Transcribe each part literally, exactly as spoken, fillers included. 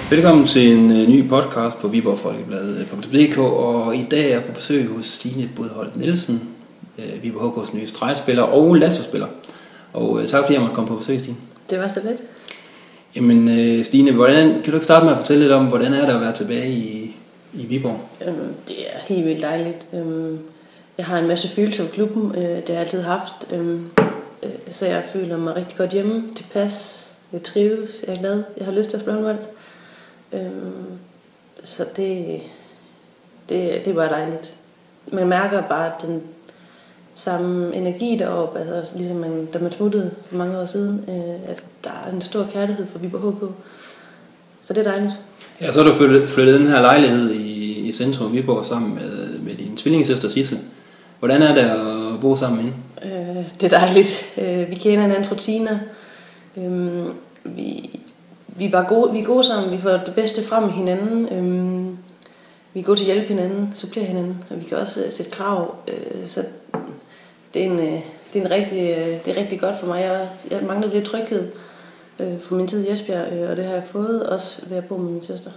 Velkommen til en uh, ny podcast på Viborg Folkeblad punktum d k, og i dag er jeg på besøg hos Stine Budholt Nielsen, uh, Viborg H K's nye stregspiller og landsholdsspiller. Og uh, tak fordi jeg måtte komme på besøg, Stine. Det var så lidt. Jamen uh, Stine, hvordan, kan du ikke starte med at fortælle lidt om, hvordan er det at være tilbage i, i Viborg? Øhm, det er helt vildt dejligt. Øhm, jeg har en masse følelser ved klubben, øh, det har jeg altid haft. Øhm, øh, så jeg føler mig rigtig godt hjemme, tilpas, jeg trives, jeg er glad, jeg har lyst til at spille håndbold. Øhm, så det, det, det er bare dejligt. Man mærker bare den samme energi deroppe, altså ligesom man, da man smuttede for mange år siden, øh, at der er en stor kærlighed for Viborg H K. Så det er dejligt. Ja, så har du flyttet, flyttet den her lejlighed i, i centrum Viborg sammen med, med din tvillingesøster Sissel. Hvordan er det at bo sammen inde? Øh, det er dejligt. Øh, vi kender hinandens rutiner. Øh, vi, vi, er bare gode, vi er gode sammen. Vi får det bedste frem med hinanden. Øh, vi er gode til at hjælpe hinanden, supplere hinanden. Og vi kan også uh, sætte krav. Øh, så det er, en, uh, det, er en rigtig, uh, det er rigtig godt for mig. Jeg, jeg mangler lidt tryghed øh, fra min tid i Esbjerg, øh, og det har jeg fået også ved at bo med min søster.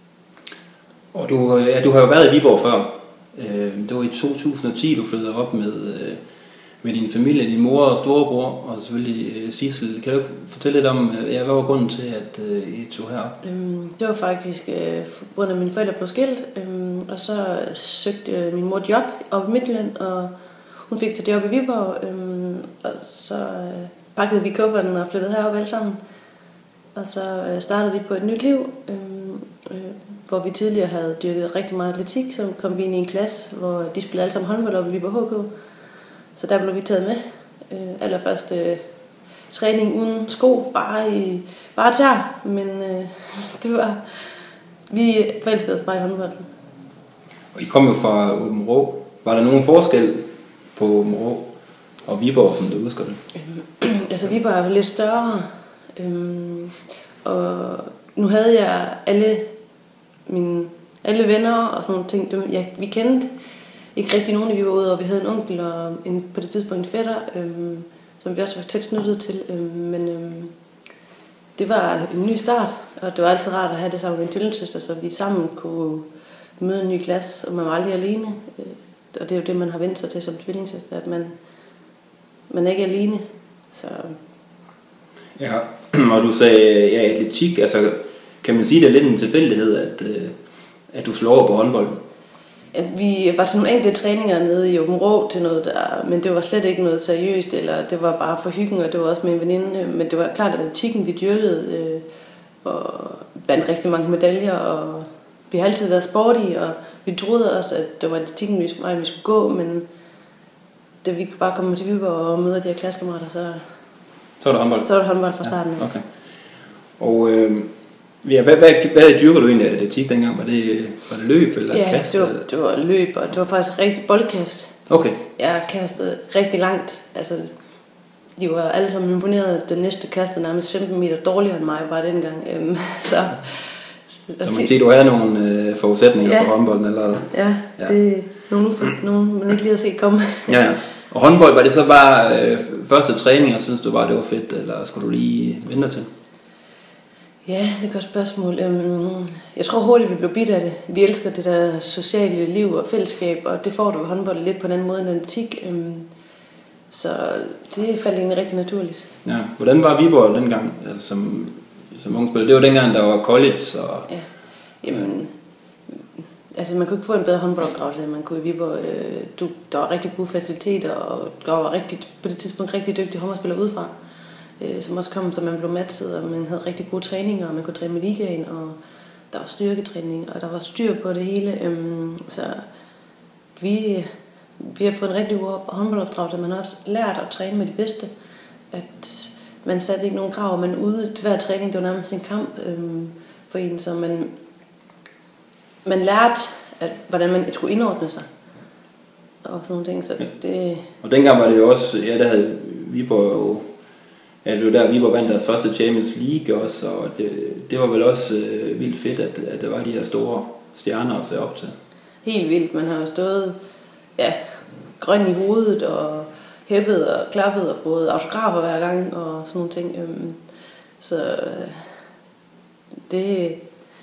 Og du, ja, du har jo været i Viborg før. Det var i to tusind og ti, du flyttede op med, med din familie, din mor og storebror, og selvfølgelig Sissel. Kan du fortælle lidt om, ja, hvad var grunden til, at I tog herop? Det var faktisk på grund af, mine forældre blev skilt, og så søgte min mor job op i Midtjylland, og hun fik til job i Viborg, og så pakkede vi kufferten og flyttede herop alle sammen. Og så startede vi på et nyt liv, hvor vi tidligere havde dyrket rigtig meget atletik, så kom vi ind i en klasse, hvor de spillede alle sammen håndbold op i Viborg H K. Så der blev vi taget med. Øh, allerførst øh, træning uden sko, bare i bare tær, men øh, det var, vi forelskede os bare i håndbolden. Og I kom jo fra Aabenraa. Var der nogen forskel på Aabenraa og Viborg, som du husker det? Øh, altså Viborg er jo lidt større, øh, og nu havde jeg alle mine alle venner og sådan nogle ting. Dem, jeg, vi kendte ikke rigtig nogen, vi var ude, og vi havde en onkel og en, på det tidspunkt en fætter, øhm, som vi også var tæt knyttet til. Øhm, men øhm, det var en ny start, og det var altid rart at have det sammen med en tvillingssøster, så vi sammen kunne møde en ny klasse, og man var aldrig alene. Øh, og det er jo det, man har vendt sig til som tvillingssøster, at man, man er ikke alene. Så. Ja, og du sagde, ja, atletik, altså kan man sige, det er lidt en tilfældighed, at, at du slår over på håndbolden? Vi var til nogle enkelte træninger nede i Aabenraa til noget der, men det var slet ikke noget seriøst, eller det var bare for hyggen, og det var også med en veninde. Men det var klart, at atletikken vi dyrkede, øh, og vandt rigtig mange medaljer, og vi har altid været sportige, og vi troede også, at det var atletikken, vi skulle, vi skulle gå, men da vi bare kom til Viborg og møder de her klassekammerater, så, så var det håndbold? Så var det håndbold fra starten. Ja, okay. Og øh, ja, hvad, hvad, hvad dyrker du egentlig af atletik dengang? Var det, var det løb eller ja, kast? Ja, det, det var løb, og det var faktisk rigtig boldkast. Okay. Jeg kastede rigtig langt. Altså, de var alle sammen imponeret. Den næste kastede nærmest femten meter dårligere end mig bare dengang. Øhm, så, så man kan sige, du havde nogle øh, forudsætninger ja, for håndbolden allerede? Ja, ja. Det er nogle, nogle man ikke lige har set komme. Ja, ja. Og håndbold, var det så bare øh, første træning, og synes du bare, det var fedt, eller skulle du lige vente til? Ja, det er et godt spørgsmål. Jeg tror hurtigt, vi blev bidt af det. Vi elsker det der sociale liv og fællesskab, og det får du ved håndbold lidt på en anden måde end atletik. Så det faldt egentlig rigtig naturligt. Ja, hvordan var Viborg dengang, altså som, som ung spiller? Det var dengang, der var college og... Ja, jamen... Altså, man kunne ikke få en bedre håndboldopdragelse, end man kunne i Viborg. Du, der var rigtig gode faciliteter, og der var rigtig, på det tidspunkt rigtig dygtige håndboldspillere udefra, som også kom, så man blev matchet, og man havde rigtig gode træninger, og man kunne træne med ligaen, og der var styrketræning, og der var styr på det hele. Så vi, vi har fået en rigtig god håndboldopdragelse, man har også lært at træne med de bedste, at man satte ikke nogen krav, men ude til hver træning, det var nærmest en kamp for en, så man, man lærte, at, hvordan man skulle indordne sig, og sådan nogle ting, så det... Og dengang var det jo også, ja, der havde Viborg jo... Ja, det var der, Viborg vandt deres første Champions League også, og det, det var vel også øh, vildt fedt, at, at der var de her store stjerner at se op til. Helt vildt. Man har jo stået ja, grøn i hovedet og hæppet og klappet og fået autografer hver gang og sådan nogle ting. Så det,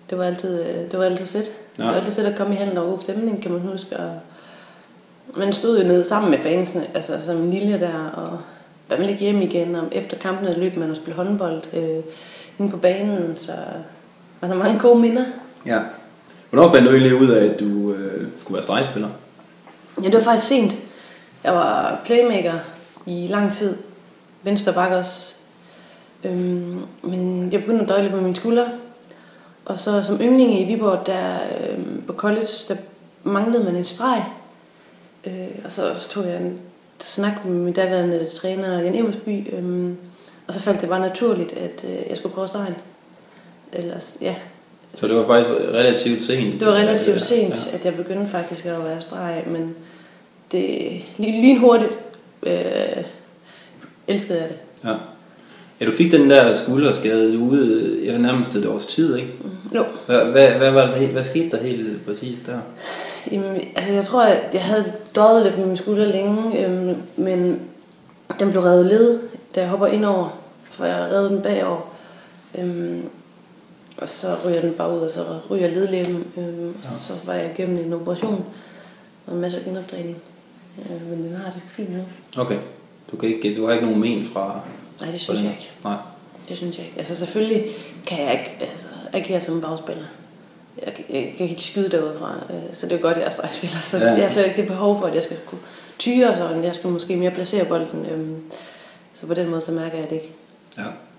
det var altid, det var altid fedt. Ja. Det var altid fedt at komme i hallen og god stemning, kan man huske. Og man stod jo nede sammen med fansene, altså som en lille der, og var man ikke hjem igen, og efter kampene løb man og spille håndbold øh, inde på banen, så man har mange gode minder. Ja. Hvornår fandt du egentlig ud af, at du øh, skulle være stregspiller? Ja, det var faktisk sent. Jeg var playmaker i lang tid. Venstre bak også. Øhm, men jeg begyndte at døje lidt med mine skuldre. Og så som yndling i Viborg, der øhm, på college, der manglede man en streg. Øh, og så tog jeg en snak med min daværende træner, Jan Eversby. Øhm, og så faldt det bare naturligt, at øh, jeg skulle prøve stregen. Ellers, ja. Så det var faktisk relativt sent? Det var relativt sent, ja. At jeg begyndte faktisk at være streg, men det lynhurtigt øh, elskede jeg det. Ja. Ja, du fik den der skulderskade ude ja, nærmest et års tid, ikke? Mm, jo. Hvad, hvad, hvad, var det, hvad skete der helt præcis der? Jamen, altså jeg tror, at jeg havde døjet lidt med min skulder længe, øhm, men den blev revet led, da jeg hopper indover, for jeg redde den bagover. Øhm, og så ryger den bare ud, og så ryger ledlæben, øhm, og ja. Så var jeg igennem en operation og en masse genoptræning. Øh, men den har det fint nu. Okay. Du, kan ikke, du har ikke nogen men fra... Nej, det synes jeg ikke. Nej. Det synes jeg ikke. Altså selvfølgelig kan jeg ikke altså, agere som bagspiller. Jeg, jeg, jeg kan ikke skyde derudfra, øh, så det er godt, at jeg er stregspiller. Så ja. Jeg har slet ikke det behov for, at jeg skal kunne tyre sådan. Jeg skal måske mere placere bolden. Øh, så på den måde, så mærker jeg det ikke. Ja.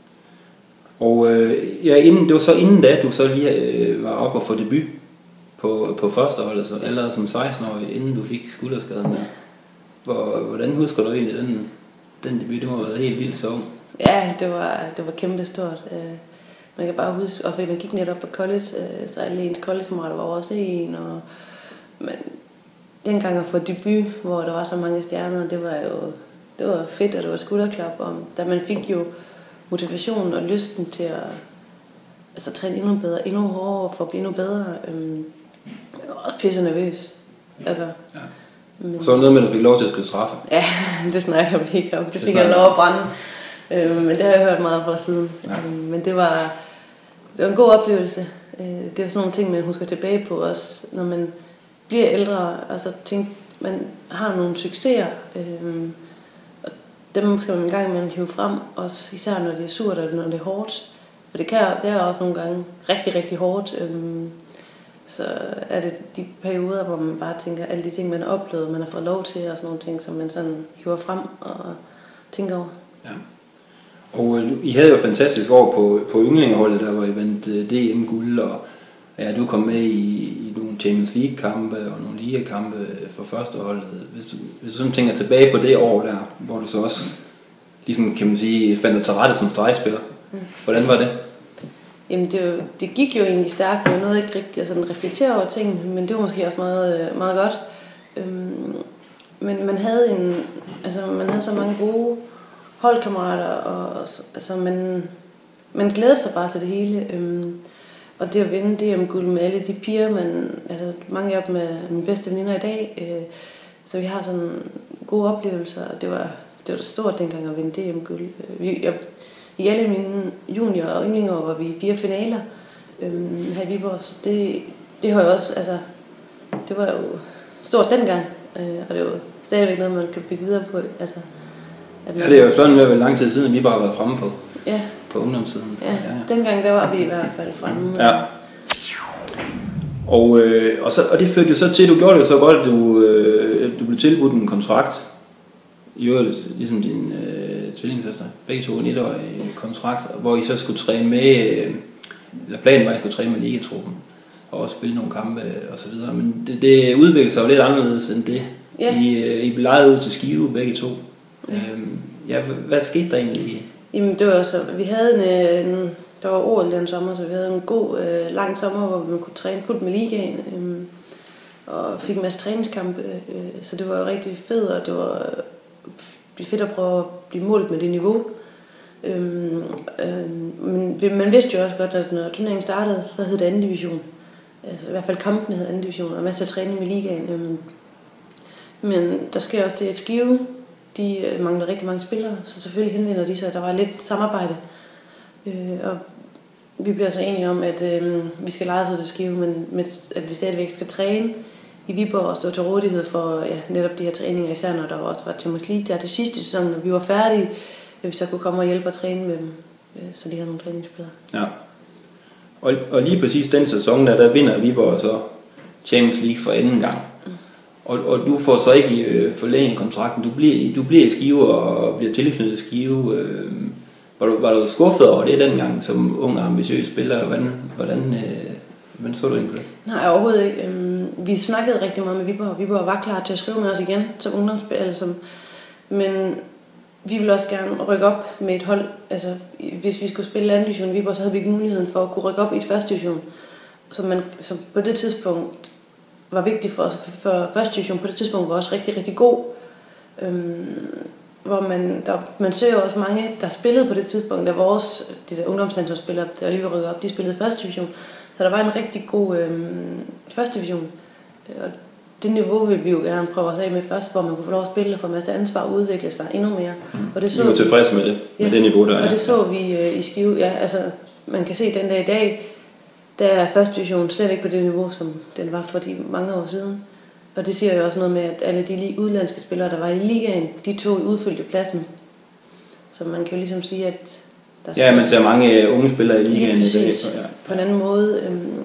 Og øh, ja, inden, det var så inden da, du så lige øh, var oppe og få debut på, på førsteholdet, så allerede som seksten-årig, inden du fik skulderskaden der. Hvor, hvordan husker du egentlig den, den debut? Det må have været helt vildt så ung. Ja, det var, det var kæmpe stort. Man kan bare huske, og fordi man gik netop på college, så alle ens college-kammerater var også en, og men dengang at få debut, hvor der var så mange stjerner, det var jo det var fedt, og det var skulderklap, og da man fik jo motivationen og lysten til at altså, træne endnu bedre, endnu hårdere, for at blive endnu bedre. Øhm, jeg var også pisse nervøs. Altså, ja. Men, så var noget med, at du fik lov til at skyde straffe. Ja, det snakker vi ikke om. Det fik det jeg lov at brænde. Øh, men det har jeg hørt meget fra siden. Ja. Øh, men det var, det var en god oplevelse. Øh, det er sådan nogle ting, man husker tilbage på også, når man bliver ældre. Altså, tænk, man har nogle succeser. Øh, og dem skal man en gang imellem hive frem. Også især når det er surt og når det er hårdt. For det, kan, det er også nogle gange rigtig, rigtig hårdt. Øh, så er det de perioder, hvor man bare tænker, alle de ting, man har oplevet, man har fået lov til, og sådan nogle ting, som man sådan hiver frem og tænker over. Ja. Og I havde jo fantastisk år på, på yndlingeholdet, der var I vandt D M-guld, og ja, du kom med i, i nogle Champions League-kampe og nogle Liga-kampe for førsteholdet. Hvis du, hvis du sådan tænker tilbage på det år der, hvor du så også, ligesom kan man sige, fandt dig til rette som stregspiller. Mm. Hvordan var det? Jamen det, jo, det gik jo egentlig stærkt, men jeg nåede ikke rigtig at sådan reflektere over tingene, men det var måske også meget, meget godt. Øhm, men man havde en, altså man havde så mange gode holdkammerater, og altså man, man glædede sig bare til det hele. Øhm, og det at vinde D M-guld med alle de piger, man, altså mange af dem er mine bedste veninder i dag, øh, så vi har sådan gode oplevelser, og det var, det var stort dengang at vinde D M-guld. Vi, jeg, I alle mine junior- og yndlinger var vi i fire finaler øhm, her i Viborg. Det, det har jo også, altså, det var jo stort dengang, øh, og det er jo stadigvæk noget, man kan bygge videre på. Altså, at man, ja, det er jo sådan med, hvor lang tid siden vi bare har været fremme på, ja, på ungdomssiden. Så, ja, ja, ja. Dengang der var vi i hvert fald fremme. Ja. Og, øh, og, så, og det førte jo så til, du gjorde det jo så godt, at du, øh, du blev tilbudt en kontrakt. I øvrigt, ligesom din øh, tvillingssøster, begge to en etårig kontrakt, hvor I så skulle træne med, øh, eller planen var, at I skulle træne med ligatruppen, og også spille nogle kampe og så videre. Men det, det udviklede sig jo lidt anderledes end det. Ja. I, øh, I blev lejet ud til Skive, begge to. Ja. Øhm, ja, hvad, hvad skete der egentlig? Jamen, det var så, vi havde en, en der var O L den sommer, så vi havde en god, øh, lang sommer, hvor man kunne træne fuldt med ligaen, øh, og fik en masse træningskampe, øh, så det var rigtig fedt, og det var blive fedt at prøve at blive målt med det niveau. Øhm, øhm, men man vidste jo også godt, at når turneringen startede, så hed det anden division. Altså i hvert fald kampene hed anden division, og masser af træning med ligaen. Øhm, men der sker også det, at Skive, de mangler rigtig mange spillere, så selvfølgelig henvender de sig, der var lidt samarbejde. Øh, og vi bliver så enige om, at øh, vi skal lege ud det Skive, men med, at vi stadigvæk skal træne i Viborg og stå til rådighed for ja, netop de her træninger, især når der også var Champions League der til sidste sæson, når vi var færdige, at vi så kunne komme og hjælpe og træne med dem, så de havde nogle træningsspillere. Ja, og, og lige præcis den sæson, der, der vinder Viborg så Champions League for anden gang. Mm. Og, og du får så ikke øh, forlænget kontrakten, du bliver, du bliver i Skive og bliver tilknyttet Skive. Øh, var, du, var du skuffet over det dengang som ung og ambitiøs spiller, eller hvordan, hvordan, øh, hvordan så du ind på det? Nej, overhovedet ikke. Øhm, vi snakkede rigtig meget med Viborg, Viborg var klar til at skrive med os igen som ungdomsspiller, som, men vi ville også gerne rykke op med et hold. Altså, hvis vi skulle spille anden division i Viborg, så havde vi ikke muligheden for at kunne rykke op i et første division. Så, man, så på det tidspunkt var vigtigt for os, for første division på det tidspunkt var også rigtig, rigtig god. Øhm, hvor man, der, man ser jo også mange, der spillede på det tidspunkt, der vores de der ungdomslandsholdsspillere, der lige var rykket op, de spillede første division. Så der var en rigtig god øhm, første division. Og det niveau vil vi jo gerne prøve os af med først, hvor man kunne få lov at spille og få en masse ansvar og udvikle sig endnu mere. Mm. Og det så vi var tilfredse med det, ja, med det niveau, der er. Og det så vi øh, i Skive. Ja, altså, man kan se den dag i dag, der er første division slet ikke på det niveau, som den var for de mange år siden. Og det siger jo også noget med, at alle de udlandske spillere, der var i ligaen, de tog udfyldte pladsen. Så man kan jo ligesom sige, at der ja, man ser mange unge spillere i ligaen i dag. Ja. På en anden måde. Øhm.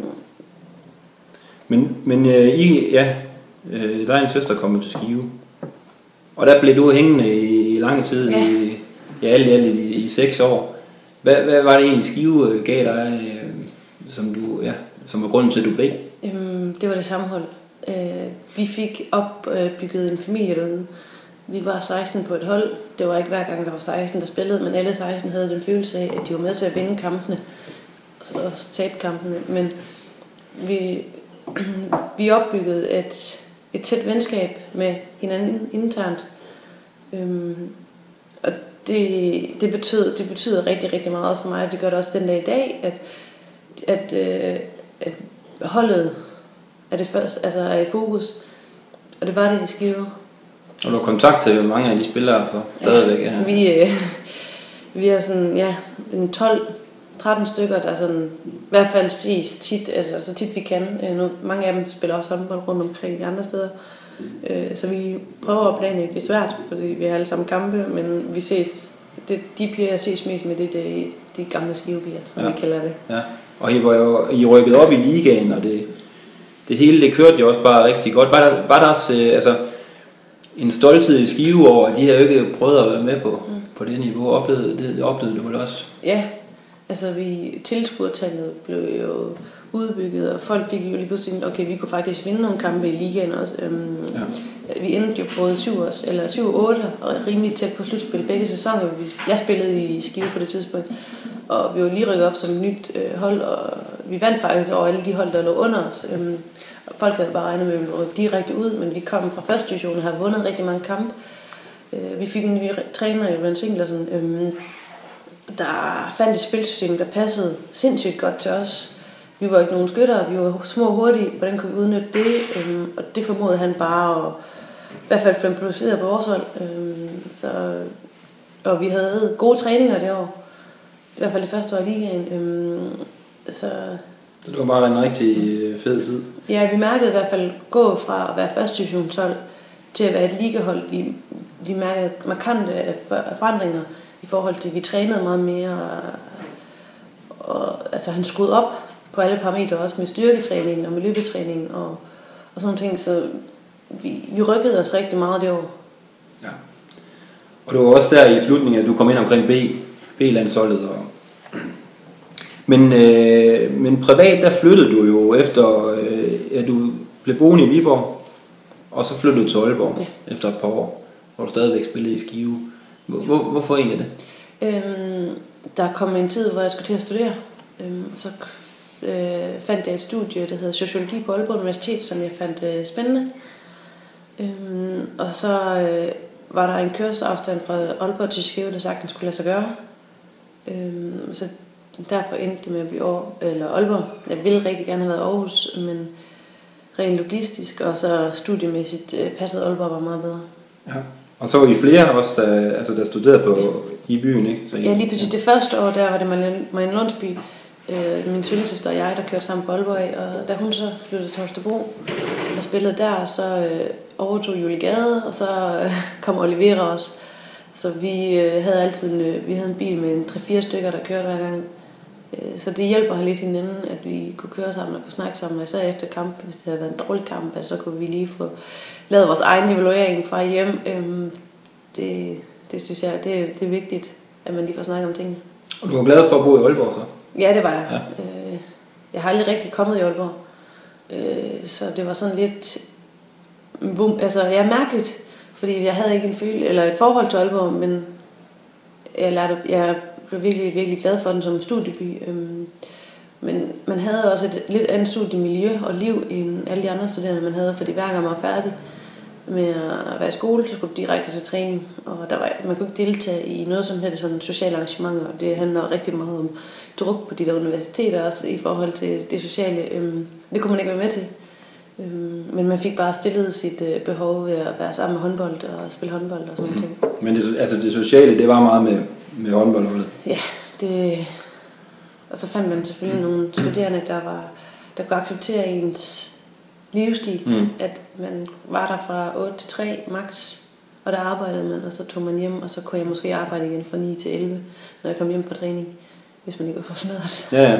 Men, men øh, I, ja, øh, der er en søster kommet til Skive. Og der blev du hængende i, i lang tid, ja. i, i alt i, alt i, i seks år. Hvad, hvad var det egentlig Skive gav dig, øh, som, du, ja, som var grunden til, at du blev? Øhm, det var det sammenhold. Øh, vi fik opbygget en familie derude. Vi var seksten på et hold. Det var ikke hver gang, der var seksten, der spillede, men alle seksten havde den følelse af, at de var med til at vinde kampene og tabe kampene. Men vi, vi opbyggede et, et tæt venskab med hinanden internt. Øhm, og det, det, betød, det betyder rigtig, rigtig meget for mig. Det gør det også den dag i dag, at, at, øh, at holdet er det først, altså er i fokus. Og det var det i Skive. Og du har kontakt til mange af de spillere så stadigvæk? Ja, ja. Vi, øh, vi er sådan, ja, tolv tretten stykker, der sådan, i hvert fald ses tit, altså så tit vi kan. Øh, nu, mange af dem spiller også håndbold rundt omkring andre steder. Øh, så vi prøver at planlægge. Det er svært, fordi vi har alle sammen kampe, men vi ses. Det, de piger, jeg ses mest med, det er de gamle Skivepiger, som ja. vi kalder det. Ja. Og I var jo I rykket op i ligaen, og det, det hele det kørte jo også bare rigtig godt. Var der, var der også øh, altså, en stolthed i Skive over, at de her ikke prøvede at være med på, mm. på det niveau? Oplevede, det, det oplevede du vel også? Ja, altså vi tilskuertallet blev jo udbygget, og folk fik jo lige pludselig, okay, vi kunne faktisk vinde nogle kampe i ligaen også. Øhm, ja. Vi endte jo både syv eller syv otte og rimelig tæt på slutspil begge sæsoner. Jeg spillede i Skive på det tidspunkt, og vi var lige rykket op som et nyt øh, hold, og vi vandt faktisk over alle de hold, der lå under os. Øhm, folk havde bare regnet med, at vi ville rykke direkte ud, men vi kom fra første division og har vundet rigtig mange kampe. Øh, vi fik en ny træner, Jørgen Singlersen, øhm, der fandt et spilsystem, der passede sindssygt godt til os. Vi var ikke nogen skyttere, vi var små og hurtige. Hvordan kunne vi udnytte det? Øhm, og det formodede han bare at i hvert fald få implementeret på vores hold. Øhm, så, og vi havde gode træninger det år. I hvert fald det første år i ligaen. Øhm, så, så det var bare en rigtig fed tid? Ja, vi mærkede i hvert fald gå fra at være første divisionshold til at være et ligahold. Vi, vi mærkede markante forandringer i forhold til, at vi trænede meget mere. Og, og, altså han skruede op på alle parametre, også med styrketræningen og med løbetræningen og, og sådan nogle ting, så vi, vi rykkede os rigtig meget det år. Ja. Og det var også der i slutningen, at du kom ind omkring B, B-landsholdet. Og... Men, øh, men privat, der flyttede du jo efter, øh, at du blev boende i Viborg, og så flyttede du til Aalborg ja. efter et par år, hvor du stadigvæk spillede i Skive. Hvor, hvorfor egentlig det? Øhm, der kom en tid, hvor jeg skulle til at studere, øhm, så øh, fandt jeg et studie, der hedder Sociologi på Aalborg Universitet, som jeg fandt øh, spændende. Øhm, og så øh, var der en kørselsafstand fra Aalborg til Skive, der sagtens skulle lade sig gøre. Øhm, så derfor endte det med at blive år, eller Aalborg. Jeg ville rigtig gerne have været Aarhus, men rent logistisk og så studiemæssigt øh, passede Aalborg var meget bedre. Ja. Og så var I flere også, der, altså, der studerede på, ja. i byen, ikke? Så I, ja, lige præcis. Det første år, der var det Marianne Lundsby, øh, min tvillingesøster og jeg, der kørte sammen på Aalborg af, og da hun så flyttede til Holstebro og spillede der, så øh, overtog Julie Gade, og så øh, kom Olivera også. Så vi øh, havde altid en, øh, vi havde en bil med en tre fire stykker, der kørte hver gang. Øh, så det hjælper lidt hinanden, at vi kunne køre sammen og kunne snakke sammen, og så efter kamp, hvis det havde været en dårlig kamp, så kunne vi lige få lavet vores egen evaluering fra hjem. Øh, det, det synes jeg, det, det er vigtigt, at man lige får snakket om tingene. Og du var glad for at bo i Aalborg så? Ja, det var jeg. Ja. Øh, jeg har aldrig rigtig kommet i Aalborg. Øh, så det var sådan lidt... Altså, jeg er mærkeligt, fordi jeg havde ikke en følelse, eller et forhold til Aalborg, men jeg, lærte, jeg blev virkelig, virkelig glad for den som studieby. Øh, men man havde også et lidt andet studiemiljø og liv end alle de andre studerende, man havde, fordi hver gang man var færdig med at være i skole, så skulle du direkte til træning, og der var, man kunne ikke deltage i noget som helst sådan sociale arrangementer, og det handler rigtig meget om druk på de der universiteter også i forhold til det sociale. Øhm, det kunne man ikke være med til, øhm, men man fik bare stillet sit øh, behov ved at være sammen med håndbold og spille håndbold og sådan noget. Men det, altså det sociale, det var meget med, med håndboldholdet? Ja, det, og så fandt man selvfølgelig mm. nogle studerende, der, var, der kunne acceptere ens livsstil, mm. at man var der fra otte til tre max, og der arbejdede man, og så tog man hjem, og så kunne jeg måske arbejde igen fra ni til elleve, når jeg kom hjem fra træning, hvis man ikke var for smadret. Ja, ja.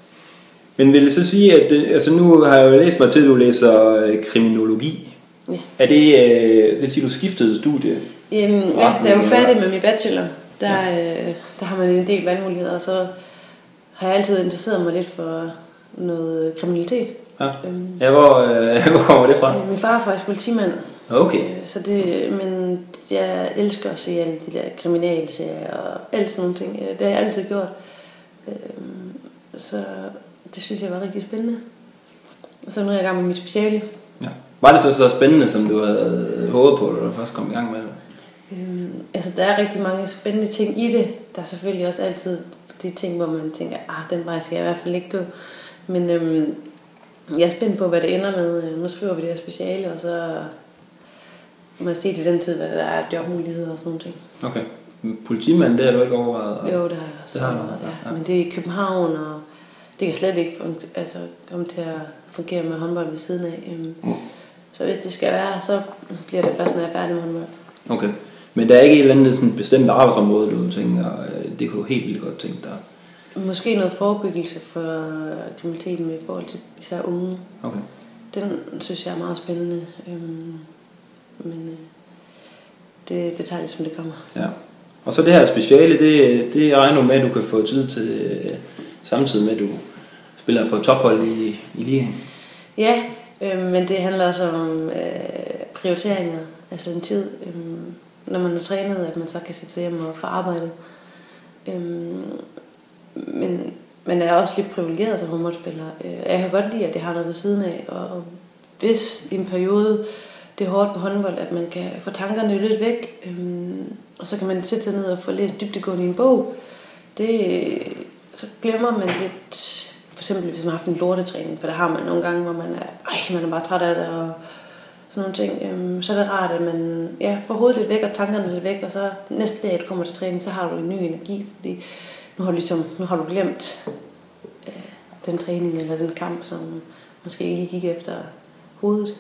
Men vil det så sige, at det, altså nu har jeg jo læst mig til, at du læser kriminologi. Ja. Er det, øh, det vil sige, du skiftede studie? Jamen, ja, da jeg var færdig med min bachelor, der, ja. øh, der har man en del valgmuligheder, og så har jeg altid interesseret mig lidt for noget kriminalitet. Ja, øhm, ja hvor, øh, hvor kommer det fra? Min far er faktisk politimand. Okay. Øh, så det, men jeg elsker at se alle de der kriminalserier og alt sådan nogle ting. Det har jeg altid gjort. Øh, så det synes jeg var rigtig spændende. Og så nu er jeg i gang med mit speciale. Ja. Var det så så spændende, som du havde håbet på, da du først kom i gang med det? Øh, altså der er rigtig mange spændende ting i det. Der er selvfølgelig også altid de ting, hvor man tænker, ah, den vej skal jeg i hvert fald ikke gå. Men øh, jeg er spændt på, hvad det ender med. Nu skriver vi det her speciale, og så må jeg se til den tid, hvad der er jobmuligheder og sådan nogle ting. Okay. Politimand, det har du ikke overvejet? Jo, det har jeg også. Det har du, ja. Ja. Men det er i København, og det kan slet ikke funge, altså, komme til at fungere med håndbold ved siden af. Mm. Så hvis det skal være, så bliver det først, når jeg er færdig med håndbold. Okay. Men der er ikke et eller andet sådan bestemt arbejdsområde, du tænker, det kunne du helt vildt godt tænke dig? Måske noget forebyggelse for kriminaliteten med i forhold til især unge. Okay. Den synes jeg er meget spændende. Øhm, men øh, det, det tager lidt, som det kommer. Ja. Og så det her speciale, det, det regner med, at du kan få tid til øh, samtidig med, at du spiller på tophold i, i ligaen. Ja, øh, men det handler også om øh, prioriteringer. Altså en tid, øh, når man har trænet, at man så kan sætte sig hjem og få arbejdet. Øh, Men man er også lidt privilegeret som håndboldspiller. Jeg kan godt lide, at det har noget ved siden af. Og hvis i en periode det er hårdt på håndbold, at man kan få tankerne lidt væk, øhm, og så kan man sætte sig ned og få læst dybdegående i en bog, det, så glemmer man lidt, for eksempel hvis man har haft en lortetræning, for der har man nogle gange, hvor man er, ej, man er bare træt af det, og sådan nogle ting. Øhm, så er det rart, at man ja, får hovedet lidt væk, og tankerne lidt væk, og så næste dag, du kommer til træning, så har du en ny energi, fordi Nu har, du ligesom, nu har du glemt øh, den træning eller den kamp, som måske lige gik efter hovedet.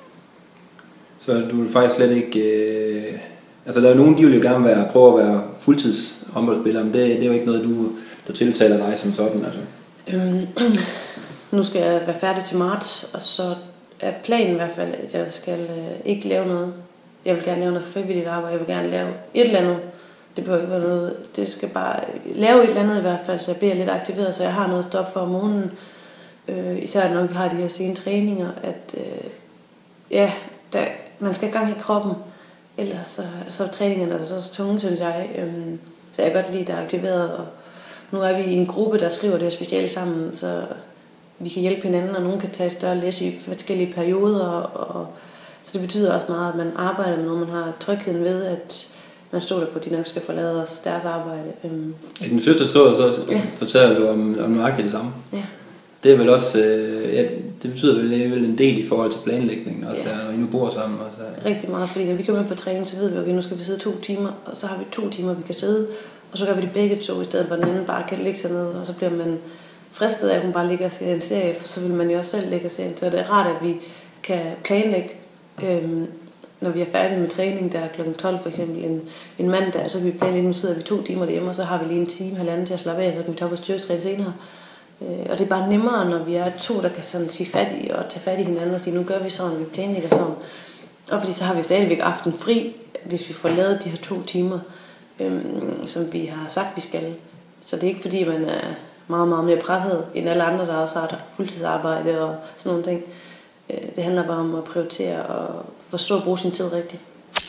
Så du vil faktisk slet ikke... Øh, altså der er nogen, de vil jo gerne være, prøve at være fuldtids håndboldspiller, men det, det er jo ikke noget, du, der tiltaler dig som sådan. Altså. Øhm, nu skal jeg være færdig til marts, og så er planen i hvert fald, at jeg skal øh, ikke lave noget. Jeg vil gerne lave noget frivilligt arbejde, jeg vil gerne lave et eller andet. Det behøver ikke være noget, det skal bare lave et eller andet i hvert fald, så jeg bliver lidt aktiveret, så jeg har noget at stoppe for om morgenen. Øh, især når vi har de her sene træninger, at øh, ja, der, man skal have gang i kroppen, ellers så, så træningerne er så tunge, synes jeg. Øh, så jeg kan godt lide, at der er aktiveret, og nu er vi i en gruppe, der skriver det her speciale sammen, så vi kan hjælpe hinanden, og nogen kan tage større læs i forskellige perioder, og, så det betyder også meget, at man arbejder med noget, man har trygheden ved, at man stoler på, at de nok skal forlade os deres arbejde. Øhm. I den første skriver så ja. Fortæller du om, om nøjagtigt det samme. Ja. Det er vel også, øh, ja, det betyder vel, vel en del i forhold til planlægningen også, ja. Når I nu bor sammen. Også. Rigtig meget, fordi når vi kommer ind for træning, så ved vi, okay, nu skal vi sidde to timer, og så har vi to timer, vi kan sidde, og så gør vi det begge to, i stedet for den anden bare kan lægge sig ned, og så bliver man fristet af, at hun bare ligger og ser en serie, for så vil man jo også selv ligge og se en. Så det er rart, at vi kan planlægge, øhm, når vi er færdige med træning, der er klokken tolv for eksempel en, en mandag, så kan vi planlægge, nu sidder vi to timer derhjemme, og så har vi lige en time, halvanden til at slappe af, så kan vi tage op og styrketræne senere. Øh, og det er bare nemmere, når vi er to, der kan sådan sige fat i og tage fat i hinanden og sige, nu gør vi sådan, vi planlægger sådan. Og fordi så har vi stadigvæk aften fri, hvis vi får lavet de her to timer, øhm, som vi har sagt, vi skal. Så det er ikke fordi, man er meget, meget mere presset end alle andre, der også har fuldtidsarbejde og sådan nogle ting. Det handler bare om at prioritere og forstå at bruge sin tid rigtigt.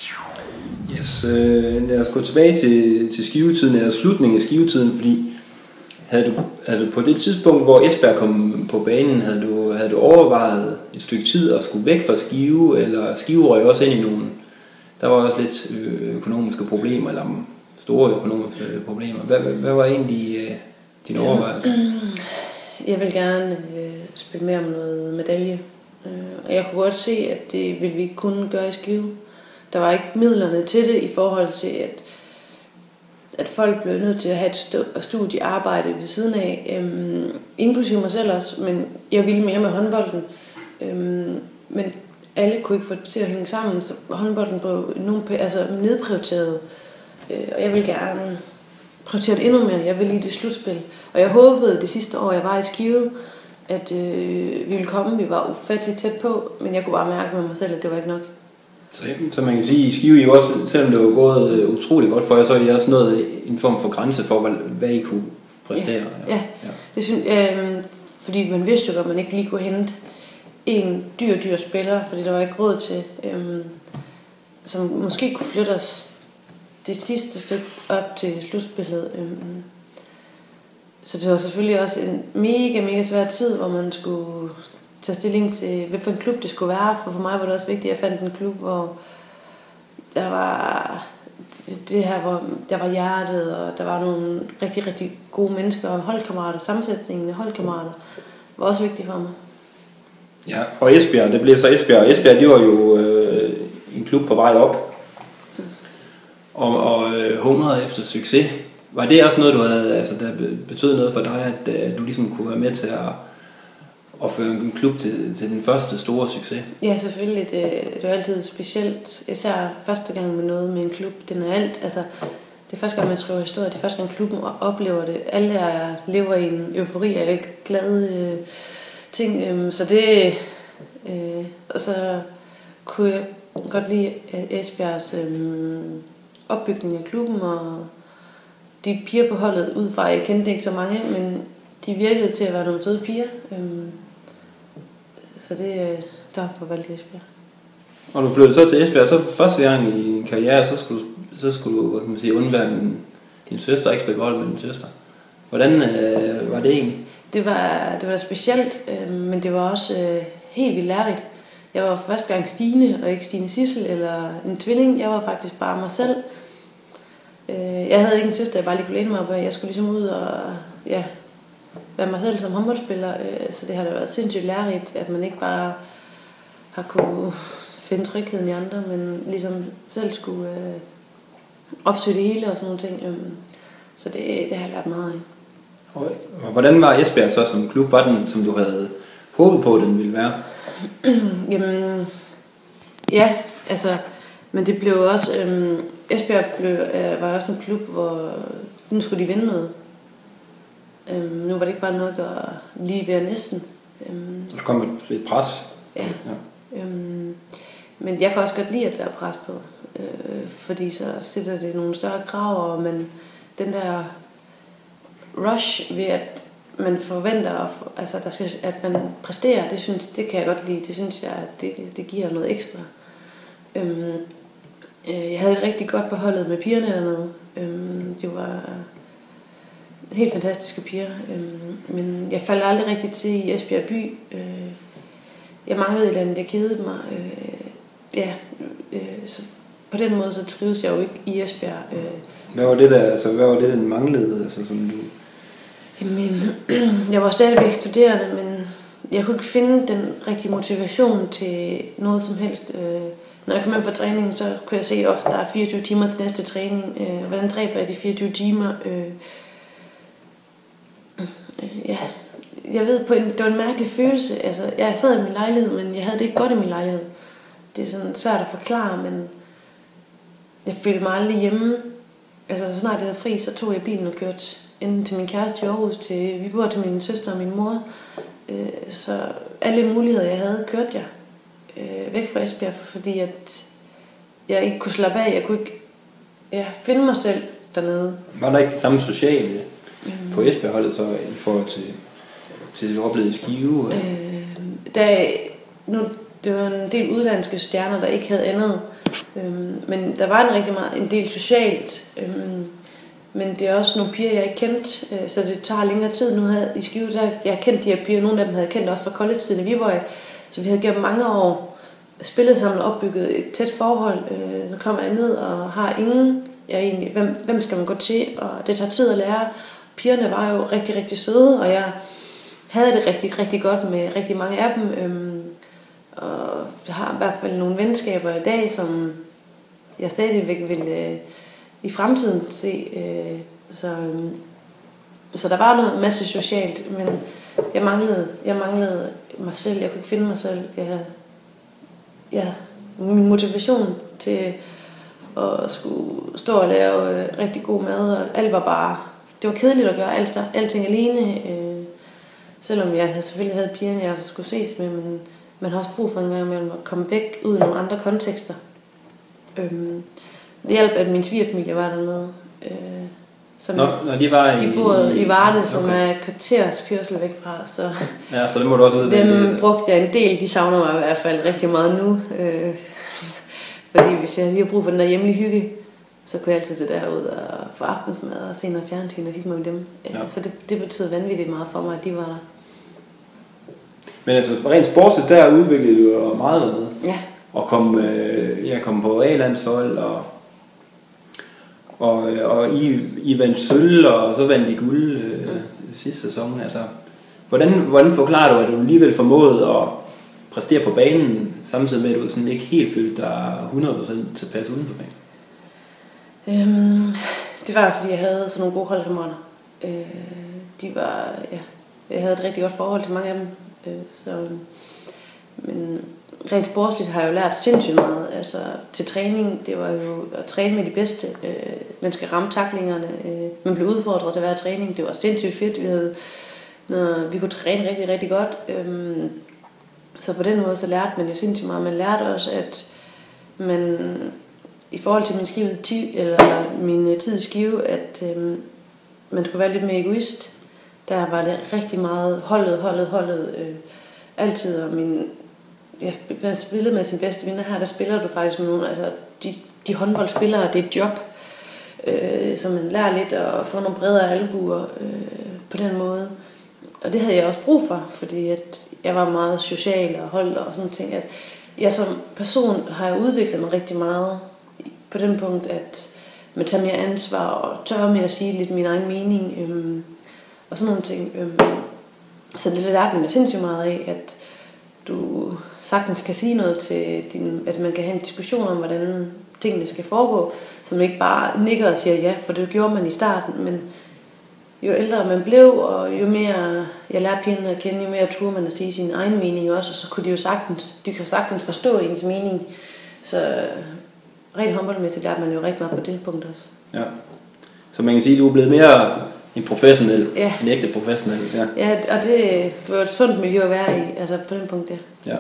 Yes, øh, lad os gå tilbage til, til skivetiden, eller slutningen af skivetiden, fordi havde du, havde du på det tidspunkt, hvor Esbjerg kom på banen, havde du, havde du overvejet et stykke tid at skulle væk fra Skive, eller Skive røg også ind i nogen? Der var også lidt økonomiske problemer, eller store økonomiske problemer. Hvad, hvad, hvad var egentlig øh, din ja, overvejelse? Jeg vil gerne øh, spille mere om noget medalje. Og jeg kunne godt se, at det ville vi ikke kunne gøre i Skive. Der var ikke midlerne til det i forhold til, at, at folk blev nødt til at have et studiearbejde ved siden af. Øhm, inklusive mig selv også, men jeg ville mere med håndbolden. Øhm, men alle kunne ikke få det til at hænge sammen, så håndbolden blev nogen, altså nedprioriteret. Øh, og jeg ville gerne prioritere det endnu mere. Jeg ville i det slutspil. Og jeg håbede det sidste år, jeg var i Skive, at øh, vi ville komme. Vi var ufatteligt tæt på, men jeg kunne bare mærke med mig selv, at det var ikke nok. Så, så man kan sige, i Skive I også, selvom det var gået øh, utrolig godt for jer, så er I også nået en form for grænse for, hvad, hvad I kunne præstere. Ja, ja. ja. Det synes, øh, fordi man vidste jo, at man ikke lige kunne hente en dyr, dyr spiller, fordi der var ikke råd til, øh, som måske kunne flytte os det sidste stykke op til slutspillet. Øh. Så det var selvfølgelig også en mega, mega svær tid, hvor man skulle tage stilling til, hvilken klub det skulle være. For for mig var det også vigtigt, at jeg fandt en klub, hvor der var det her, hvor der var hjertet, og der var nogle rigtig, rigtig gode mennesker og holdkammerater. Sammensætningen af holdkammerater var også vigtigt for mig. Ja, og Esbjerg, det blev så Esbjerg. Og Esbjerg, det var jo øh, en klub på vej op. Mm. Og, og øh, hungret efter succes. Var det også noget, du havde, altså, der betød noget for dig, at, at du ligesom kunne være med til at, at føre en klub til, til den første store succes? Ja, selvfølgelig. Det, det er altid specielt. Især første gang med noget med en klub. Den er alt. Altså, det er første gang, man skriver historie. Det er første gang, klubben oplever det. Alle er, lever i en eufori og et glade øh, ting. Øh, så det... Øh, og så kunne jeg godt lide Esbjergs øh, opbygning af klubben og de piger på holdet ud fra, jeg kendte ikke så mange, men de virkede til at være nogle søde piger. Øhm, så det derfor valgte Esbjerg. Og du flyttede så til Esbjerg, så første gang i en karriere, så skulle du, så skulle du hvad kan man sige, undvære din, din søster, ikke spille bold med din søster. Hvordan øh, var det egentlig? Det var, det var specielt, øh, men det var også øh, helt vildt lærerigt. Jeg var første gang Stine, og ikke Stine Sissel eller en tvilling. Jeg var faktisk bare mig selv. Jeg havde ikke en søster, jeg bare lige kunne læne mig op af. Jeg skulle ligesom ud og ja, være mig selv som håndboldspiller. Så det har da været sindssygt lærerigt, at man ikke bare har kunne finde trygheden i andre, men ligesom selv skulle øh, opsøge det hele og sådan nogle ting. Så det, det har jeg lært meget af. Og hvordan var Esbjerg så som klub? Var den, som du havde håbet på, den ville være? Jamen, ja, altså... Men det blev også, øhm, Esbjerg blev, øh, var også en klub, hvor nu skulle de vinde noget. Øhm, nu var det ikke bare nok at lige være næsten. Øhm, der kom et, et pres. Ja. ja. Øhm, men jeg kan også godt lide, at der er pres på. Øh, fordi så sætter det nogle større krav, men den der rush ved, at man forventer, at, altså, der skal, at man præsterer, det, synes, det kan jeg godt lide. Det synes jeg, at det, det giver noget ekstra. Øhm, øh, jeg havde et rigtig godt beholdet med pigerne dernede. Øhm, det var helt fantastiske piger. Øhm, men jeg faldt aldrig rigtig til i Esbjerg by. Øh, jeg manglede et eller andet, det kedede mig. Øh, ja, øh, så på den måde så trives jeg jo ikke i Esbjerg. Øh. Hvad var det der, altså hvad var det den manglede, altså som du? Jamen, jeg var stadigvæk studerende, men jeg kunne ikke finde den rigtige motivation til noget som helst. Øh, Når jeg kom hjem fra træningen, så kunne jeg se, at oh, der er fireogtyve timer til næste træning. Øh, hvordan dræber jeg de fireogtyve timer? Øh, øh, ja, jeg ved, på en, det var en mærkelig følelse. Altså, jeg sad i min lejlighed, men jeg havde det ikke godt i min lejlighed. Det er sådan svært at forklare, men jeg følte mig aldrig hjemme. Altså, så snart jeg havde fri, så tog jeg bilen og kørte enten til min kæreste i Aarhus, til Viborg, til min søster og min mor. Så alle muligheder, jeg havde, kørte jeg væk fra Esbjerg, fordi at jeg ikke kunne slappe af. Jeg kunne ikke ja, finde mig selv dernede. Var der ikke det samme sociale mm. på Esbjerg-holdet så i forhold til, til det, du oplevede i Skive? Øh, der, nu, det var en del udlandske stjerner, der ikke havde andet. Øhm, men der var en rigtig meget, en del socialt. Øhm, men det er også nogle piger, jeg ikke kendt, øh, så det tager længere tid. Nu havde i Skive, der jeg kendt de her piger, nogle af dem havde jeg kendt også fra college-tiden i Viborg. Så vi havde gennem mange år spillet sammen og opbygget et tæt forhold. Øh, nu kommer jeg ned og har ingen, jeg egentlig, hvem, hvem skal man gå til, og det tager tid at lære. Pigerne var jo rigtig, rigtig søde, og jeg havde det rigtig, rigtig godt med rigtig mange af dem. Øhm, og jeg har i hvert fald nogle venskaber i dag, som jeg stadigvæk vil øh, i fremtiden se. Øh, så, øh, så der var noget masse socialt, men jeg manglede, jeg manglede mig selv. Jeg kunne ikke finde mig selv. Jeg, ja, min motivation til at skulle stå og lave øh, rigtig god mad, og alt var bare, det var kedeligt at gøre alt, alting alene. Øh, selvom jeg selvfølgelig havde pigerne, jeg også skulle ses med, men man har også brug for en gang imellem at komme væk ud i nogle andre kontekster. Øhm, det hjalp, at min svigerfamilie var dernede. Øh, som Nå, når de var de i... boede i Varde, okay. som er kvarters kørsel væk fra. Så ja, så det må du også ud. Dem det. brugte jeg en del, de savner mig i hvert fald rigtig meget nu. Øh, fordi hvis jeg lige har brug for den der hjemlige hygge, så kunne jeg altid til derud og få aftensmad og se noget fjernsyn og hygge mig med dem. Ja. Så det, det betød vanvittigt meget for mig, at de var der. Men altså rent sportsligt, der udviklede du jo meget dernede. Ja. Og kom, øh, jeg kom på A-landshold, og, og, og I, I vandt sølv, og så vandt I guld øh, mm. sidste sæson. Altså, hvordan, hvordan forklarer du, at du alligevel formåede at præstere på banen, samtidig med, at du sådan ikke helt følte dig hundrede procent tilpas uden for banen? Øhm, det var fordi, jeg havde sådan nogle gode holdkammerater. Øh, de var, ja, jeg havde et rigtig godt forhold til mange af dem. Øh, så, men rent sportsligt har jeg jo lært sindssygt meget. Altså til træning, det var jo at træne med de bedste. Øh, man skal ramme taklingerne. Øh, man blev udfordret til hver træning. Det var sindssygt fedt. Vi havde, når vi kunne træne rigtig, rigtig godt. Øh, så på den måde så lærte man jo sindssygt meget. Man lærte også, at man i forhold til min skive eller min tid i Skive, at øh, man skulle være lidt mere egoist. Der var det rigtig meget holdet, holdet, holdet øh, altid. Og min, jeg spillede med sin bedste venner her, der spiller du faktisk med nogle, altså de, de håndboldspillere, det er et job, øh, så man lærer lidt at få nogle bredere albuer øh, på den måde. Og det havde jeg også brug for, fordi at jeg var meget social og holdt og sådan ting. At jeg som person har jeg udviklet mig rigtig meget på den punkt, at man tager mere ansvar og tør mere at sige lidt min egen mening. Øh, og sådan nogle ting. Så det lærte man jo sindssygt meget af, at du sagtens kan sige noget til din, at man kan have en diskussion om, hvordan tingene skal foregå, så man ikke bare nikker og siger ja, for det gjorde man i starten, men jo ældre man blev, og jo mere jeg lærte pigerne at kende, jo mere turde man at sige sin egen mening også, og så kunne de jo sagtens, de kan sagtens forstå ens mening. Så rent håndboldmæssigt lærte man jo rigtig meget på det punkt også. Ja, så man kan sige, at du er blevet mere en professionel, ja. En ægte professionel. Ja, ja og det, det var et sundt miljø at være i, altså på den punkt, ja. Ja.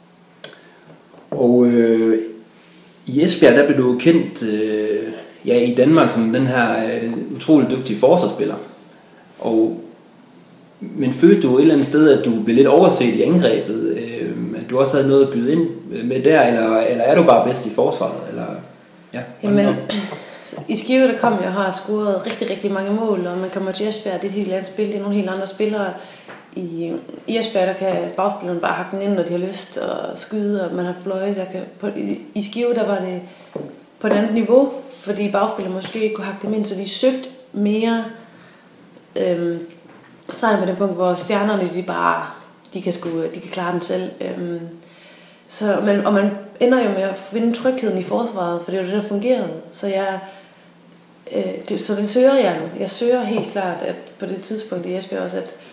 Og øh, i Esbjerg, der blev du kendt øh, ja, i Danmark som den her øh, utrolig dygtige forsvarsspiller. Og, men følte du et eller andet sted, at du blev lidt overset i angrebet? Øh, at du også havde noget at byde ind med der, eller, eller er du bare bedst i forsvaret? Eller, ja, Jamen, i Skive, der kom jeg og har scoret rigtig, rigtig mange mål, og man kommer til Esbjerg, det er et helt andet spil, det er nogle helt andre spillere. I, i Esbjerg, der kan bagspillerne bare hakke den ind, når de har lyst, og skyde, og man har fløje. Der kan, på, i, I Skive, der var det på et andet niveau, fordi bagspillerne måske ikke kunne hakke dem ind, så de søgte mere øhm, streg med den punkt, hvor stjernerne, de bare, de kan, sgu, de kan klare den selv. Øhm, så, men, og man ender jo med at finde trygheden i forsvaret, for det er jo det, der fungerede. Så jeg øh, det, så det søger jeg jo. Jeg søger helt klart, at på det tidspunkt i Esbjerg også, at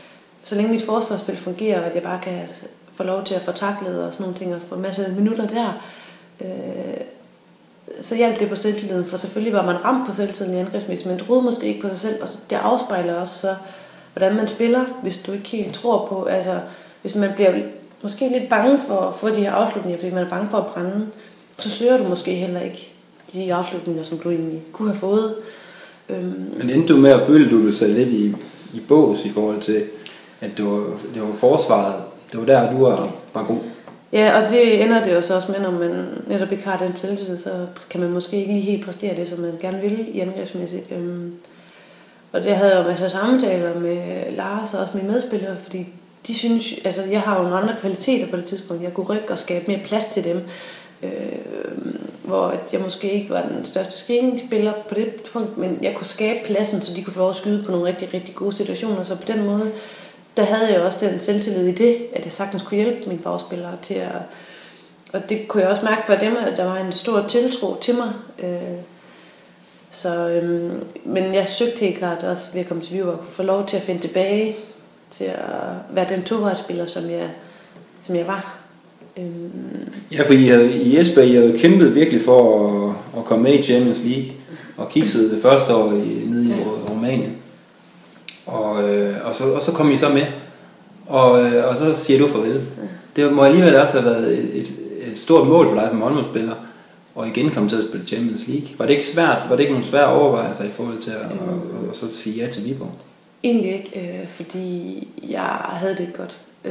så længe mit forsvarsspil fungerer, at jeg bare kan få lov til at få taklet og sådan nogle ting, og få en masse minutter der, øh, så hjalp det på selvtilliden, for selvfølgelig var man ramt på selvtilliden i angrebsmæssigt, men troede måske ikke på sig selv, og det afspejler også så, hvordan man spiller, hvis du ikke helt tror på, altså hvis man bliver måske lidt bange for at få de her afslutninger, fordi man er bange for at brænde, så søger du måske heller ikke de afslutninger, som du egentlig kunne have fået. Øhm. Men endte du med at føle, du blev lidt i, i bås i forhold til, at det var, det var forsvaret, det var der, du var, var god? Ja, og det ender det jo så også med, når man netop ikke har den selvtillid, så kan man måske ikke lige helt præstere det, som man gerne vil i angrebsmæssigt. Øhm. Og det havde jeg jo masser af samtaler med Lars og også mine medspillere, fordi de synes, altså jeg har jo nogle andre kvaliteter på det tidspunkt. Jeg kunne rykke og skabe mere plads til dem, øh, hvor jeg måske ikke var den største screeningsspiller på det punkt, men jeg kunne skabe pladsen, så de kunne få lov at skyde på nogle rigtig, rigtig gode situationer. Så på den måde, der havde jeg også den selvtillid i det, at jeg sagtens kunne hjælpe mine bagspillere til at... Og det kunne jeg også mærke for dem, at der var en stor tiltro til mig. Øh, så, øh, men jeg søgte helt klart også ved at komme til Viborg og få lov til at finde tilbage til at være den tovejsspiller, som jeg, som jeg var. Øhm. Ja, for I, havde, i Esbjerg I havde kæmpet virkelig for at, at komme med i Champions League, og kiggede det første år i, nede i ja. Rumænien. Og, øh, og, så, og så kom I så med, og, øh, og så siger du farvel. Ja. Det må alligevel også have været et, et, et stort mål for dig som håndboldspiller, og igen komme til at spille Champions League. Var det ikke svært? Var det ikke nogle svære overvejelser i forhold til at øhm. og, og, og så sige ja til Viborg? Egentlig ikke, øh, fordi jeg havde det ikke godt. Øh,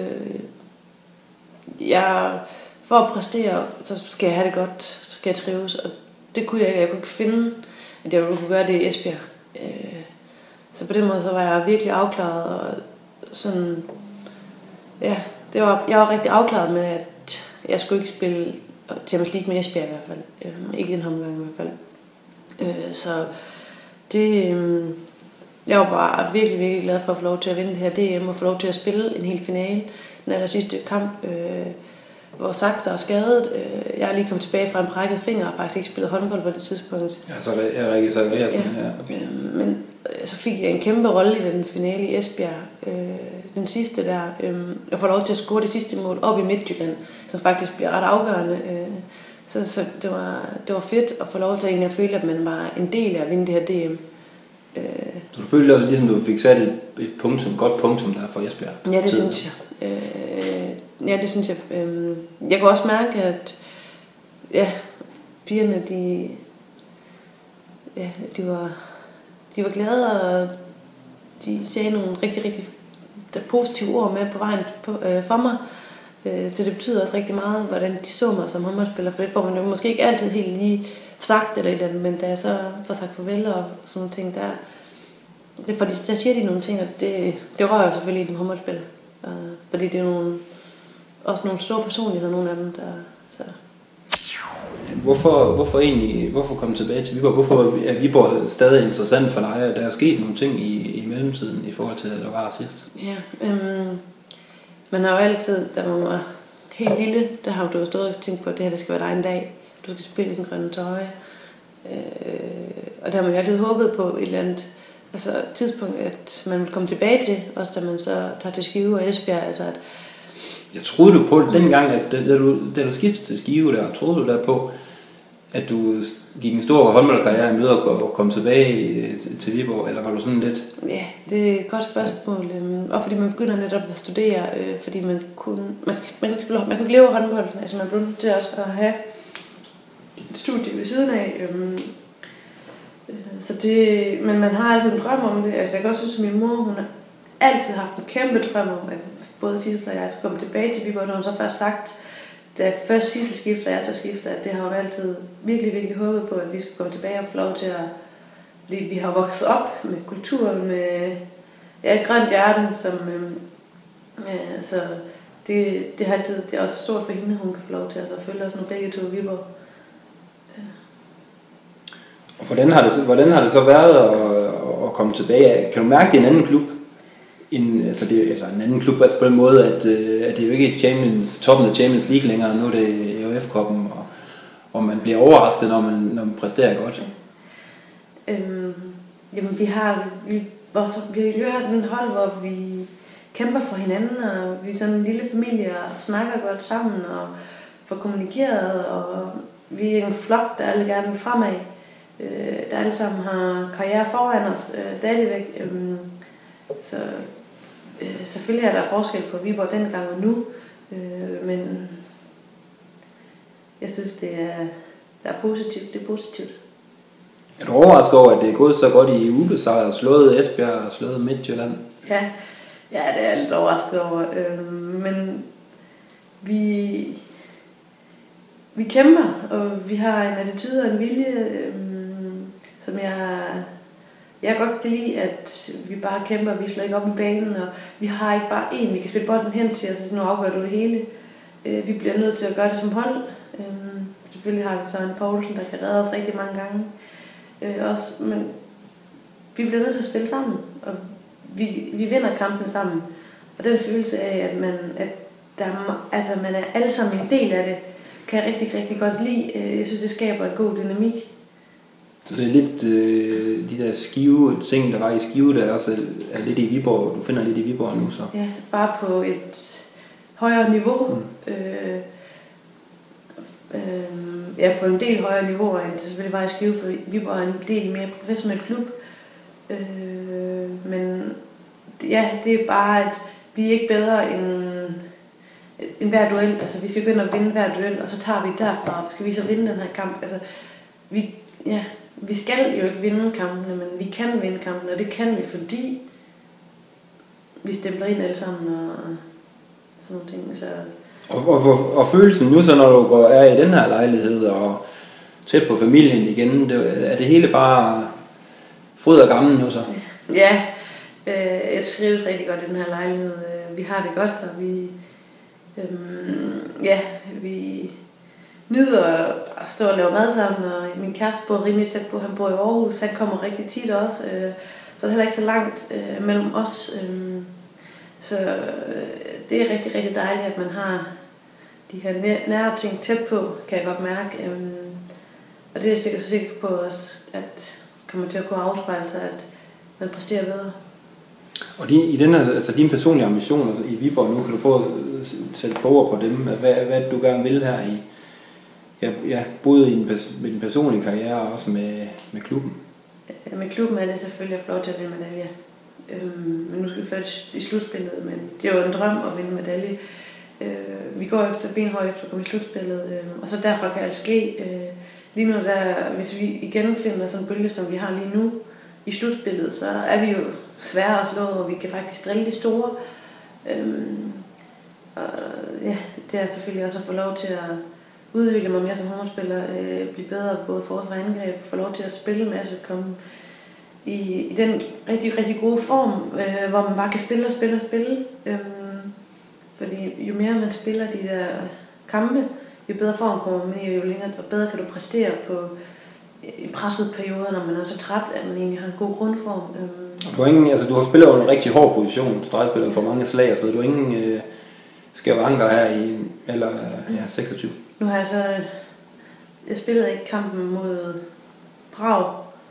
jeg, for at præstere, så skal jeg have det godt, så skal jeg trives, og det kunne jeg ikke. Jeg kunne ikke finde, at jeg kunne gøre det i Esbjerg. Øh, så på den måde så var jeg virkelig afklaret, og sådan, ja, det var, jeg var rigtig afklaret med, at jeg skulle ikke spille Champions League med Esbjerg i hvert fald. Øh, ikke i den omgang i hvert fald. Øh, så det... Øh, Jeg var bare virkelig, virkelig glad for at få lov til at vinde det her D M og få lov til at spille en hel finale. Den aller sidste kamp, øh, hvor Saxter er skadet. Øh, jeg er lige kommet tilbage fra en brækket finger og har faktisk ikke spillet håndbold på det tidspunkt. Ja, så jeg er ikke så ja, ja. øh, Men så fik jeg en kæmpe rolle i den finale i Esbjerg. Øh, den sidste der. Øh, jeg får lov til at score det sidste mål op i Midtjylland, som faktisk bliver ret afgørende. Øh, så så det, var, det var fedt at få lov til at, at føle, at man var en del af at vinde det her D M. Så du følte også, ligesom du fik sat et, et punktum, godt punktum der for Esbjerg? Ja, det synes jeg. Øh, ja, det synes jeg. Øh, jeg kunne også mærke, at ja, pigerne, de, ja, de, var, de var glade, og de sagde nogle rigtig, rigtig positive ord med på vejen på, øh, for mig. Øh, så det betyder også rigtig meget, hvordan de så mig som håndboldspiller, for det får man jo måske ikke altid helt lige sagt eller et eller andet, men da jeg så får sagt farvel og sådan nogle ting der, det, fordi der siger de nogle ting, og det, det rører jo selvfølgelig i den håndboldspiller, uh, fordi det er nogle, også nogle store personligheder, nogle af dem, der så. Hvorfor, hvorfor egentlig, hvorfor komme tilbage til Viborg? Hvorfor er Viborg stadig interessant for dig? Der er sket nogle ting i, i mellemtiden i forhold til, at der var sidst. Ja, øhm, man har jo altid, da man var helt lille, der har du jo stået og tænkt på, at det her det skal være dig en dag. Du skal spille i den grønne trøje. Øh, og der har man jo altid håbet på et eller andet altså, tidspunkt, at man vil komme tilbage til, også da man så tager til Skive og Esbjerg. Altså, at jeg troede du på dengang, at da du, da du skiftede til Skive der, troede du der på, at du gik en stor håndboldkarriere med at komme tilbage til Viborg, eller var du sådan lidt? Ja, det er et godt spørgsmål. Og fordi man begynder netop at studere, fordi man kunne, man, man kunne ikke, man kunne ikke leve af håndbolden. Altså man blev nødt til også at have et studie ved siden af. Så det, men man har altid en drøm om det. Altså jeg kan også huske, at min mor, hun har altid haft en kæmpe drøm om, at både Sissel og jeg skulle komme tilbage til Viborg. Når hun så først sagt, da først Sissel skifter, og jeg så skifter, at det har hun altid virkelig, virkelig håbet på, at vi skulle komme tilbage og få lov til at... Fordi vi har vokset op med kulturen, med ja, et grønt hjerte, som... Øh, altså, det, det, har altid, det er også stort for hende, at hun kan få lov til at følge os, når begge to i Viborg. Ja. Og hvordan har, det, hvordan har det så været at, at komme tilbage? Kan du mærke, det er en anden klub? En, altså det er altså en anden klub altså på den måde, at, at det er jo ikke Champions, toppen af Champions League længere, nu er det E F Cupen, og, og man bliver overrasket, når man, når man præsterer godt. Øhm, jamen vi har, vi, vores, vi har jo haft en hold, hvor vi kæmper for hinanden, og vi er sådan en lille familie og snakker godt sammen og får kommunikeret, og vi er en flok, der alle gerne vil fremad, øh, der alle sammen har karriere foran os øh, stadigvæk. Øh, så øh, selvfølgelig er der forskel på Viborg dengang og nu, øh, men jeg synes, det er, det er positivt. Det er positivt. Er du overrasket over, at det er gået så godt i ubesejret, slået Esbjerg og slået Midtjylland? Ja, ja, det er jeg lidt overrasket over. Øh, men vi, vi kæmper, og vi har en attitude og en vilje, øh, som jeg, jeg godt kan lide, at vi bare kæmper, vi slår ikke op i banen, og vi har ikke bare én, vi kan spille bolden hen til, og så nu afgør du det hele. Øh, vi bliver nødt til at gøre det som hold. Øh, selvfølgelig har vi så en Poulsen, der kan redde os rigtig mange gange. Øh, også, men vi bliver nødt til at spille sammen, og vi, vi vinder kampen sammen. Og den følelse af, at man, at der, altså man er alle sammen en del af det, kan jeg rigtig, rigtig godt lide. Jeg synes, det skaber en god dynamik. Så det er lidt øh, de der Skive ting, der var i Skive, der også er lidt i Viborg. Du finder lidt i Viborg nu så. Ja, bare på et højere niveau. Mm. Øh, øh, ja, på en del højere niveau, end det selvfølgelig var i Skive, for Viborg er en del mere professionel klub. Øh, men ja, det er bare, at vi er ikke bedre end, end hver duel. Altså, vi skal begynde at vinde hver duel, og så tager vi derfra. Skal vi så vinde den her kamp? Altså, vi, ja, vi skal jo ikke vinde kampene, men vi kan vinde kampene, og det kan vi, fordi vi stempler ind alle sammen og sådan nogle ting. Så Og, og, og, og følelsen nu så, når du går er i den her lejlighed og tæt på familien igen, det, er det hele bare fryd og gammel nu så? Ja, øh, jeg trives rigtig godt i den her lejlighed. Vi har det godt, og vi, øh, ja, vi nyder at stå og lave mad sammen, og min kæreste bor rimelig tæt på, han bor i Aarhus, han kommer rigtig tit også, øh, så det er heller ikke så langt øh, mellem os. Øh, så øh, det er rigtig, rigtig dejligt, at man har de her nære ting tæt på, kan jeg godt mærke. Øh, og det er jeg sikkert så sikker på også, at kommer til at kunne afspejle sig, at man præsterer bedre. Og din, i den her, altså dine personlige ambitioner i Viborg nu, kan du prøve at sætte på ord på dem? Hvad, hvad du gerne vil her i, ja, ja, både i din, med din personlige karriere og også med, med klubben? Ja, med klubben er det selvfølgelig at få lov til at vinde medalje. Øhm, men nu skal vi først i slutspillet, men det er jo en drøm at vinde medalje. Øh, vi går efter benhøjt efter at komme i slutspillet, øh, og så derfra kan alt ske. Øh, lige nu, der, hvis vi igen finder sådan en bølge, som vi har lige nu i slutspillet, så er vi jo svære at slå, og vi kan faktisk drille de store. Øhm, og ja, det er selvfølgelig også at få lov til at udvikle mig mere som håndboldspiller, øh, blive bedre både forsvar og angreb, få lov til at spille en masse, komme i, i den rigtig, rigtig gode form, øh, hvor man bare kan spille og spille og spille. Øhm, fordi jo mere man spiller de der kampe, jo bedre form kommer man i, jo længere og bedre kan du præstere på i pressede perioder, når man er så træt, at man egentlig har en god grundform. Du har, ingen, altså, du har spillet under en rigtig hård position, stregspiller for mange slag og sådan noget. Du har ingen øh, skavanker her i, eller ja, seksogtyve. Nu har jeg så, jeg spillede ikke kampen mod Prag,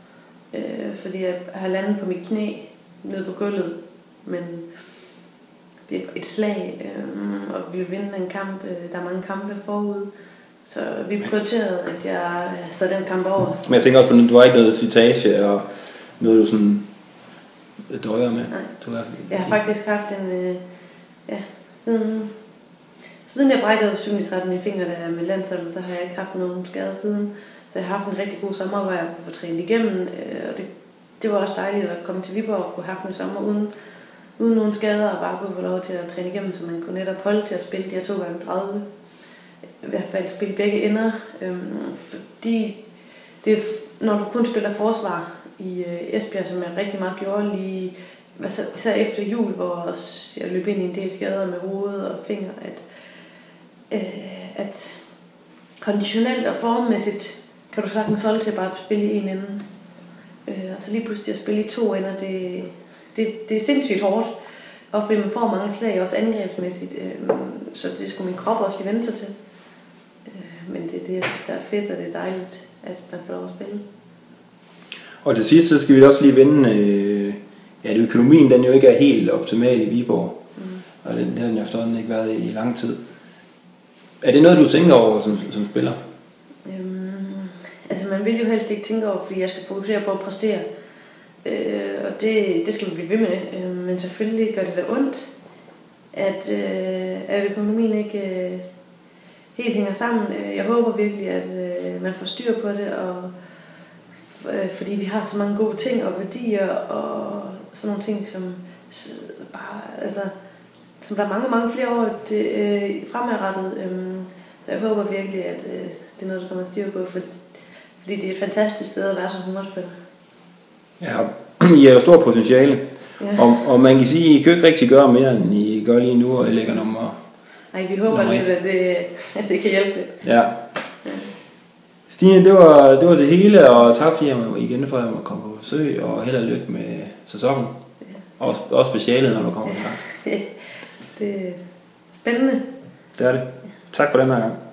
øh, fordi jeg har landet på mit knæ nede på gulvet, men det er et slag, øh, og vi vil vinde den kamp. Øh, der er mange kampe forud. Så vi prioriterede, at jeg sad den kamp over. Men jeg tænker også på, at du har ikke noget citage og noget, du sådan døjer med. Nej. Du er... Jeg har faktisk haft en, øh, ja, siden, siden jeg brækkede syv tretten i fingre der med landsholdet, så har jeg ikke haft nogen skader siden. Så jeg har haft en rigtig god sommer, hvor jeg kunne få trænet igennem, øh, og det, det var også dejligt at komme til Viborg og kunne have haft en sommer uden, uden nogen skader, og bare kunne få lov til at træne igennem, så man kunne netop holde til at spille de her to gange tredive. I hvert fald spille begge ender, øhm, fordi det er, når du kun spiller forsvar i øh, Esbjerg, som jeg rigtig meget gjorde lige, især efter jul, hvor jeg løb ind i en del skader med hovedet og fingre, at, øh, at konditionelt og formmæssigt kan du sagtens holde til at bare spille i en ende. Øh, og så lige pludselig at spille i to ender, det, det, det er sindssygt hårdt, og fordi man får mange slag, også angrebsmæssigt, øh, så det skulle min krop også lige vende sig til. Men det er det, jeg synes, der er fedt, og det er dejligt, at man får lov at spille. Og det sidste, så skal vi også lige vende, øh, ja, at økonomien, den jo ikke er helt optimal i Viborg. Mm. og det, det har den jo efterhånden ikke været i, i lang tid. Er det noget, du tænker over som, som spiller? Øhm, altså man vil jo helst ikke tænke over, fordi jeg skal fokusere på at præstere. Øh, og det, det skal vi blive ved med. Øh, men selvfølgelig gør det da ondt, at, øh, at økonomien ikke øh, helt hænger sammen. Jeg håber virkelig, at øh, man får styr på det, og, øh, fordi vi har så mange gode ting og værdier og sådan nogle ting, som bare, altså, som der er mange, mange flere år til, øh, fremadrettet. Øh, så jeg håber virkelig, at øh, det er noget, der kommer styr på, for, fordi det er et fantastisk sted at være som humorspiller. Ja, I har jo stort potentiale, ja. og, og man kan sige, at I kan jo ikke rigtig gøre mere, end I gør lige nu, og I lægger nummer. Nej, vi håber lidt, at det, at det kan hjælpe lidt. Ja. ja. Stine, det var, det var det hele, og tak fordi jeg var igen for, at jeg måtte komme på besøg, og held og lykke med sæsonen. Ja. Også, også specialet, når du kommer til. Ja. Det er spændende. Det er det. Tak for den her gang.